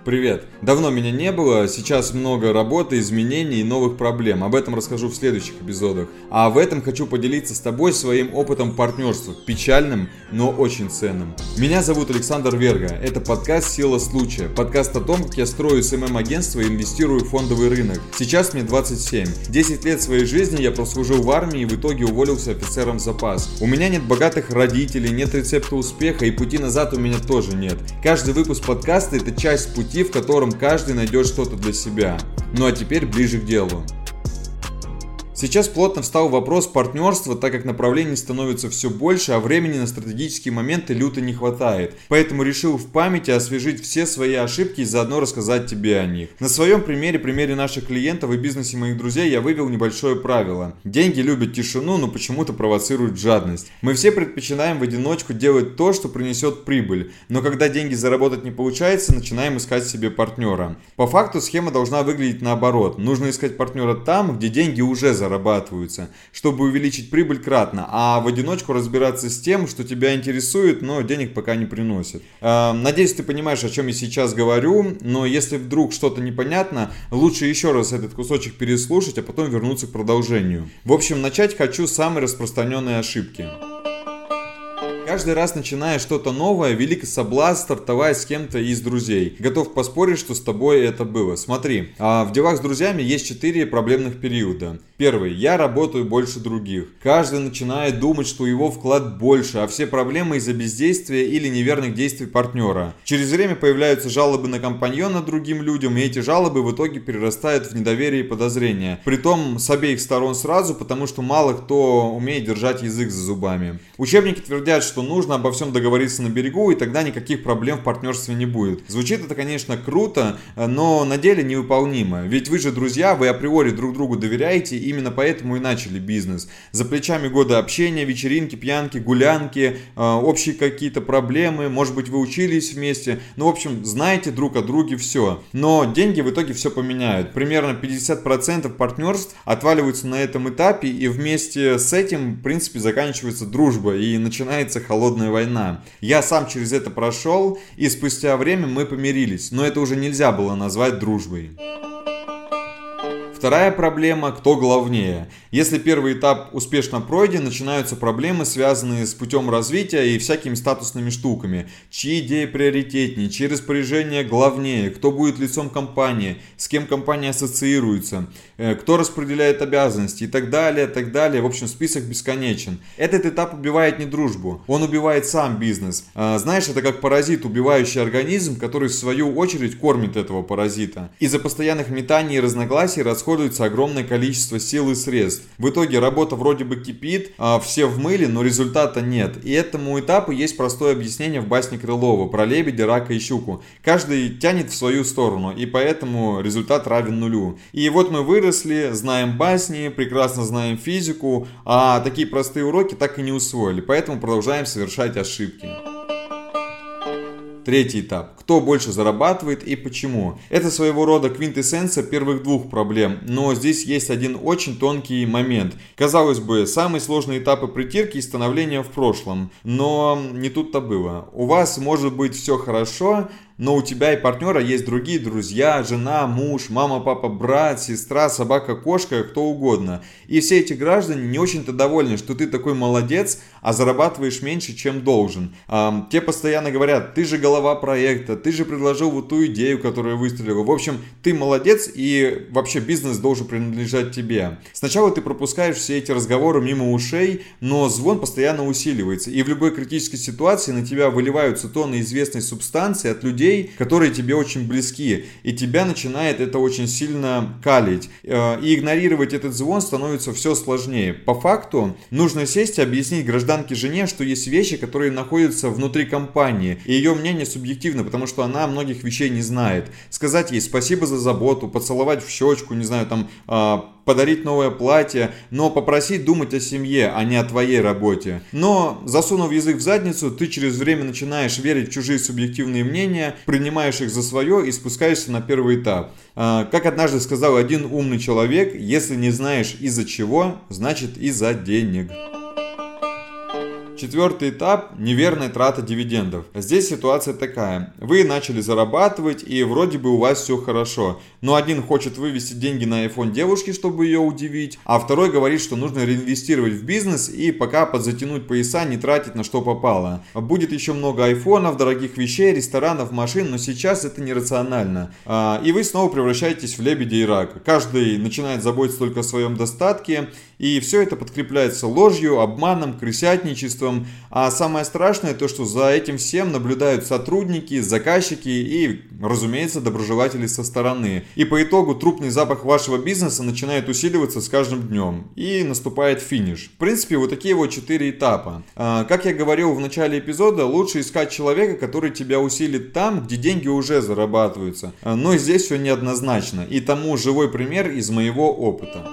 Привет! Давно меня не было, сейчас много работы, изменений и новых проблем. Об этом расскажу в следующих эпизодах. А в этом хочу поделиться с тобой своим опытом партнерства, печальным, но очень ценным. Меня зовут Александр Верга, это подкаст «Сила случая». Подкаст о том, как я строю СММ-агентство и инвестирую в фондовый рынок. Сейчас мне 27. 10 лет своей жизни я прослужил в армии и в итоге уволился офицером в запас. У меня нет богатых родителей, нет рецепта успеха и пути назад у меня тоже нет. Каждый выпуск подкаста – это часть пути, в котором каждый найдет что-то для себя. Ну а теперь ближе к делу. Сейчас плотно встал вопрос партнерства, так как направлений становится все больше, а времени на стратегические моменты люто не хватает. Поэтому решил в памяти освежить все свои ошибки и заодно рассказать тебе о них. На своем примере наших клиентов и бизнесе моих друзей я вывел небольшое правило. Деньги любят тишину, но почему-то провоцируют жадность. Мы все предпочитаем в одиночку делать то, что принесет прибыль. Но когда деньги заработать не получается, начинаем искать себе партнера. По факту схема должна выглядеть наоборот. Нужно искать партнера там, где деньги уже зарабатываются, чтобы увеличить прибыль кратно, а в одиночку разбираться с тем, что тебя интересует, но денег пока не приносит. Надеюсь, ты понимаешь, о чем я сейчас говорю, но если вдруг что-то непонятно, лучше еще раз этот кусочек переслушать, а потом вернуться к продолжению. В общем, начать хочу с самой распространенной ошибки. Каждый раз, начиная что-то новое, велик соблазн стартовать с кем-то из друзей. Готов поспорить, что с тобой это было. Смотри, в делах с друзьями есть 4 проблемных периода. Первый. Я работаю больше других. Каждый начинает думать, что его вклад больше, а все проблемы из-за бездействия или неверных действий партнера. Через время появляются жалобы на компаньона другим людям, и эти жалобы в итоге перерастают в недоверие и подозрения. Притом с обеих сторон сразу, потому что мало кто умеет держать язык за зубами. Учебники твердят, что нужно обо всем договориться на берегу, и тогда никаких проблем в партнерстве не будет. Звучит это, конечно, круто, но на деле невыполнимо. Ведь вы же друзья, вы априори друг другу доверяете, и именно поэтому и начали бизнес. За плечами годы общения, вечеринки, пьянки, гулянки, общие какие-то проблемы, может быть, вы учились вместе. Ну, в общем, знаете друг о друге все. Но деньги в итоге все поменяют. Примерно 50% партнерств отваливаются на этом этапе, и вместе с этим, в принципе, заканчивается дружба и начинается холодная война. Я сам через это прошел, и спустя время мы помирились, но это уже нельзя было назвать дружбой. Вторая проблема – кто главнее. Если первый этап успешно пройден, начинаются проблемы, связанные с путем развития и всякими статусными штуками. Чьи идеи приоритетнее, чьи распоряжения главнее, кто будет лицом компании, с кем компания ассоциируется, кто распределяет обязанности и так далее, так далее. В общем, список бесконечен. Этот этап убивает не дружбу, он убивает сам бизнес. Знаешь, это как паразит, убивающий организм, который в свою очередь кормит этого паразита. Из-за постоянных метаний и разногласий расходуется огромное количество сил и средств. В итоге работа вроде бы кипит, все в мыле, но результата нет. И этому этапу есть простое объяснение в басне Крылова про лебедя, рака и щуку. Каждый тянет в свою сторону, и поэтому результат равен нулю. И вот мы выросли, знаем басни, прекрасно знаем физику, а такие простые уроки так и не усвоили, поэтому продолжаем совершать ошибки. Третий этап. Кто больше зарабатывает и почему? Это своего рода квинтэссенция первых двух проблем, но здесь есть один очень тонкий момент. Казалось бы, самые сложные этапы притирки и становления в прошлом, но не тут-то было. У вас может быть все хорошо, но у тебя и партнера есть другие друзья, жена, муж, мама, папа, брат, сестра, собака, кошка, кто угодно. И все эти граждане не очень-то довольны, что ты такой молодец, а зарабатываешь меньше, чем должен. Те постоянно говорят, ты же голова проекта, ты же предложил вот ту идею, которая выстрелила. В общем, ты молодец, и вообще бизнес должен принадлежать тебе. Сначала ты пропускаешь все эти разговоры мимо ушей, но звон постоянно усиливается. И в любой критической ситуации на тебя выливаются тонны известной субстанции от людей, которые тебе очень близки, и тебя начинает это очень сильно калить. И игнорировать этот звон становится все сложнее. По факту нужно сесть и объяснить гражданке жене, что есть вещи, которые находятся внутри компании, и ее мнение субъективно, потому что она многих вещей не знает. Сказать ей спасибо за заботу, поцеловать в щечку, не знаю, там подарить новое платье, но попросить думать о семье, а не о твоей работе. Но, засунув язык в задницу, ты через время начинаешь верить в чужие субъективные мнения, принимаешь их за свое и спускаешься на первый этап. Как однажды сказал один умный человек, если не знаешь из-за чего, значит из-за денег. Четвертый этап – неверная трата дивидендов. Здесь ситуация такая. Вы начали зарабатывать, и вроде бы у вас все хорошо. Но один хочет вывести деньги на iPhone девушке, чтобы ее удивить, а второй говорит, что нужно реинвестировать в бизнес и пока подзатянуть пояса, не тратить на что попало. Будет еще много айфонов, дорогих вещей, ресторанов, машин, но сейчас это нерационально. И вы снова превращаетесь в лебедя и рака. Каждый начинает заботиться только о своем достатке, и все это подкрепляется ложью, обманом, крысятничеством. А самое страшное то, что за этим всем наблюдают сотрудники, заказчики и, разумеется, доброжелатели со стороны. И по итогу трупный запах вашего бизнеса начинает усиливаться с каждым днем. И наступает финиш. В принципе, вот такие вот 4 этапа. Как я говорил в начале эпизода, лучше искать человека, который тебя усилит там, где деньги уже зарабатываются. Но здесь все неоднозначно. И тому живой пример из моего опыта.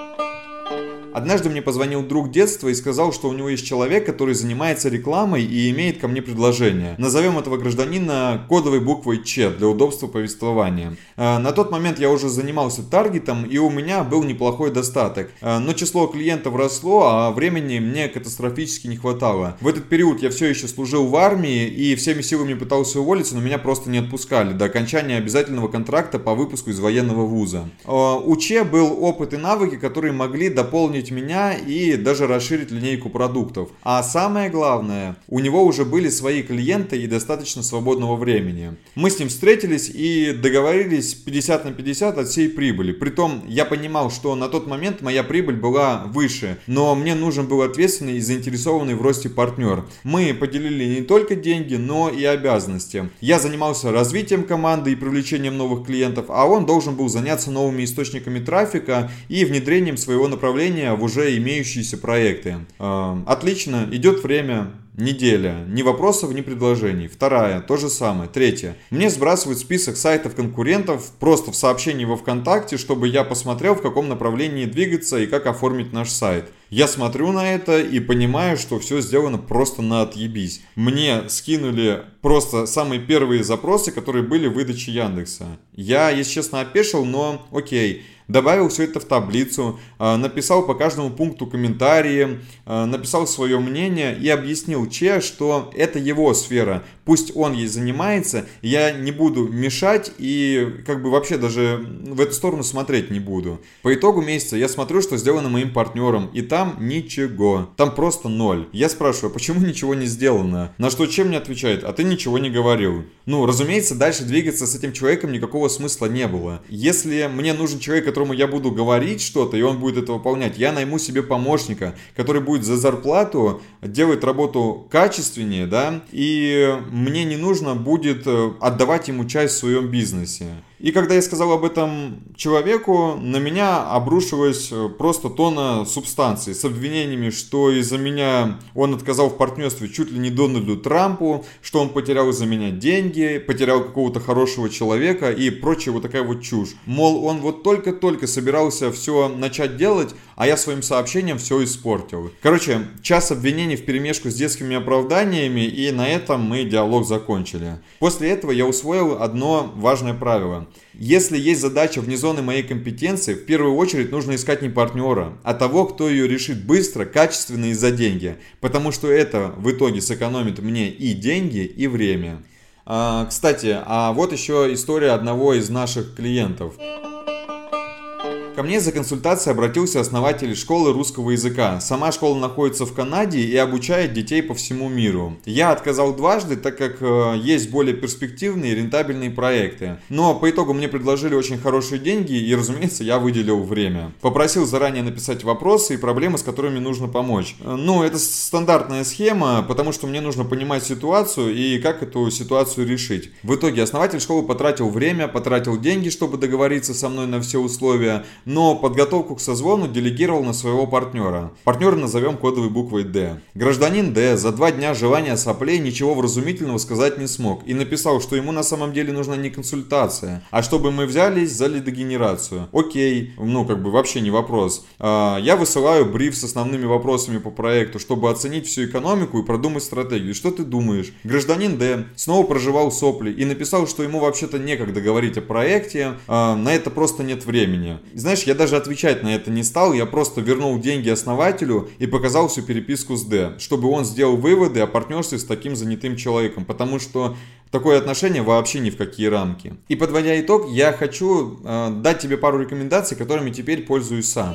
Однажды мне позвонил друг детства и сказал, что у него есть человек, который занимается рекламой и имеет ко мне предложение. Назовем этого гражданина кодовой буквой Ч для удобства повествования. На тот момент я уже занимался таргетом, и у меня был неплохой достаток. Но число клиентов росло, а времени мне катастрофически не хватало. В этот период я все еще служил в армии и всеми силами пытался уволиться, но меня просто не отпускали до окончания обязательного контракта по выпуску из военного вуза. У Ч был опыт и навыки, которые могли дополнить меня и даже расширить линейку продуктов. А самое главное, у него уже были свои клиенты и достаточно свободного времени. Мы с ним встретились и договорились 50 на 50 от всей прибыли. Притом я понимал, что на тот момент моя прибыль была выше, но мне нужен был ответственный и заинтересованный в росте партнер. Мы поделили не только деньги, но и обязанности. Я занимался развитием команды и привлечением новых клиентов, а он должен был заняться новыми источниками трафика и внедрением своего направления в уже имеющиеся проекты. Отлично, идет время. Неделя. Ни вопросов, ни предложений. Вторая. То же самое. Третья. Мне сбрасывают список сайтов конкурентов просто в сообщении во ВКонтакте, чтобы я посмотрел, в каком направлении двигаться и как оформить наш сайт. Я смотрю на это и понимаю, что все сделано просто на отъебись. Мне скинули просто самые первые запросы, которые были в выдаче Яндекса. Я, если честно, опешил, но окей. Добавил все это в таблицу, написал по каждому пункту комментарии, написал свое мнение и объяснил Че, что это его сфера. Пусть он ей занимается, я не буду мешать и как бы вообще даже в эту сторону смотреть не буду. По итогу месяца я смотрю, что сделано моим партнером, и там ничего. Там просто ноль. Я спрашиваю, почему ничего не сделано? На что Че мне отвечает, а ты ничего не говорил. Ну, разумеется, дальше двигаться с этим человеком никакого смысла не было. Если мне нужен человек, которому я буду говорить что-то, и он будет это выполнять, я найму себе помощника, который будет за зарплату делать работу качественнее, да, и мне не нужно будет отдавать ему часть в своем бизнесе. И когда я сказал об этом человеку, на меня обрушилась просто тонна субстанций с обвинениями, что из-за меня он отказал в партнерстве чуть ли не Дональду Трампу, что он потерял из-за меня деньги, потерял какого-то хорошего человека и прочая вот такая вот чушь. Мол, он вот только-только собирался все начать делать, а я своим сообщением все испортил. Короче, час обвинений вперемешку с детскими оправданиями, и на этом мы диалог закончили. После этого я усвоил одно важное правило. Если есть задача вне зоны моей компетенции, в первую очередь нужно искать не партнера, а того, кто ее решит быстро, качественно и за деньги. Потому что это в итоге сэкономит мне и деньги, и время. Кстати, а вот еще история одного из наших клиентов. Ко мне за консультацией обратился основатель школы русского языка. Сама школа находится в Канаде и обучает детей по всему миру. Я отказал дважды, так как есть более перспективные и рентабельные проекты. Но по итогу мне предложили очень хорошие деньги и, разумеется, я выделил время. Попросил заранее написать вопросы и проблемы, с которыми нужно помочь. Ну, это стандартная схема, потому что мне нужно понимать ситуацию и как эту ситуацию решить. В итоге основатель школы потратил время, потратил деньги, чтобы договориться со мной на все условия, но подготовку к созвону делегировал на своего партнера. Партнера назовем кодовой буквой Д. Гражданин Д за 2 дня жевания соплей ничего вразумительного сказать не смог и написал, что ему на самом деле нужна не консультация, а чтобы мы взялись за лидогенерацию. Окей, ну как бы вообще не вопрос. Я высылаю бриф с основными вопросами по проекту, чтобы оценить всю экономику и продумать стратегию. Что ты думаешь? Гражданин Д снова прожевал сопли и написал, что ему вообще-то некогда говорить о проекте, на это просто нет времени. Знаешь, знаешь, я даже отвечать на это не стал, я просто вернул деньги основателю и показал всю переписку с Д, чтобы он сделал выводы о партнерстве с таким занятым человеком, потому что такое отношение вообще ни в какие рамки. И подводя итог, я хочу дать тебе пару рекомендаций, которыми теперь пользуюсь сам.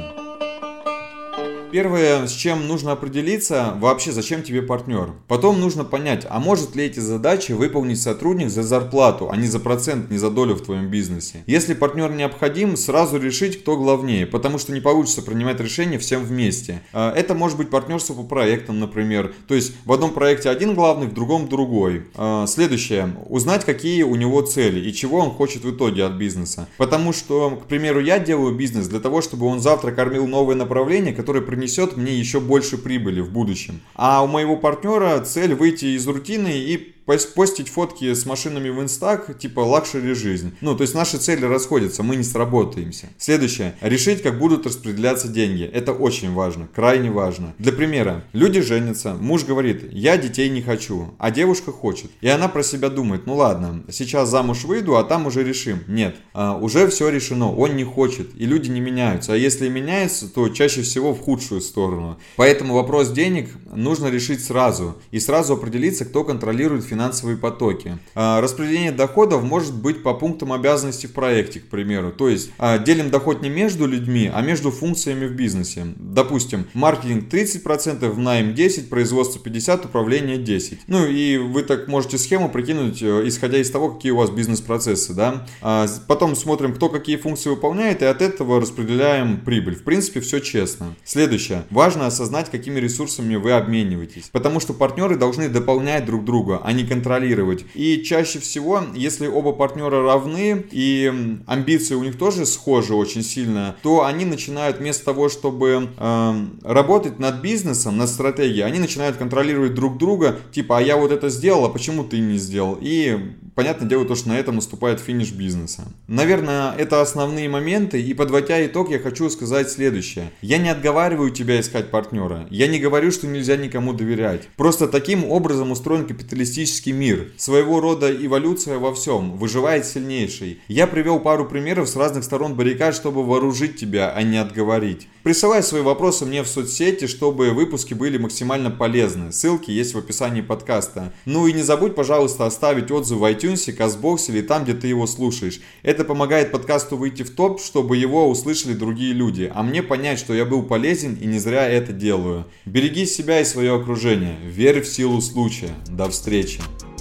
Первое, с чем нужно определиться, вообще зачем тебе партнер. Потом нужно понять, а может ли эти задачи выполнить сотрудник за зарплату, а не за процент, не за долю в твоем бизнесе. Если партнер необходим, сразу решить, кто главнее, потому что не получится принимать решения всем вместе. Это может быть партнерство по проектам, например. То есть в одном проекте один главный, в другом другой. Следующее, узнать, какие у него цели и чего он хочет в итоге от бизнеса. Потому что, к примеру, я делаю бизнес для того, чтобы он завтра кормил новое направление, которое принесет мне еще больше прибыли в будущем. А у моего партнера цель выйти из рутины и постить фотки с машинами в инстаг, типа лакшери жизнь. То есть наши цели расходятся, мы не сработаемся. Следующее. Решить, как будут распределяться деньги. Это очень важно, крайне важно. Для примера. Люди женятся, муж говорит, я детей не хочу, а девушка хочет. И она про себя думает, ладно, сейчас замуж выйду, а там уже решим. Нет, уже все решено, он не хочет, и люди не меняются. А если меняются, то чаще всего в худшую сторону. Поэтому вопрос денег нужно решить сразу. И сразу определиться, кто контролирует финансовые потоки. Распределение доходов может быть по пунктам обязанностей в проекте, к примеру. То есть делим доход не между людьми, а между функциями в бизнесе. Допустим, маркетинг 30%, найм 10%, производство 50%, управление 10%. И вы так можете схему прикинуть, исходя из того, какие у вас бизнес-процессы. Да? Потом смотрим, кто какие функции выполняет, и от этого распределяем прибыль. В принципе, все честно. Следующее. Важно осознать, какими ресурсами вы обмениваетесь. Потому что партнеры должны дополнять друг друга, а не контролировать. И чаще всего, если оба партнера равны и амбиции у них тоже схожи очень сильно, то они начинают вместо того, чтобы работать над бизнесом, над стратегией, они начинают контролировать друг друга, типа, а я вот это сделал, а почему ты не сделал? И понятное дело, то, что на этом наступает финиш бизнеса. Наверное, это основные моменты, и подводя итог, я хочу сказать следующее. Я не отговариваю тебя искать партнера. Я не говорю, что нельзя никому доверять. Просто таким образом устроен капиталистический мир. Своего рода эволюция во всем. Выживает сильнейший. Я привел пару примеров с разных сторон баррикад, чтобы вооружить тебя, а не отговорить. Присылай свои вопросы мне в соцсети, чтобы выпуски были максимально полезны. Ссылки есть в описании подкаста. И не забудь, пожалуйста, оставить отзыв в iTunes, Castbox или там, где ты его слушаешь. Это помогает подкасту выйти в топ, чтобы его услышали другие люди. А мне понять, что я был полезен и не зря это делаю. Береги себя и свое окружение. Верь в силу случая. До встречи.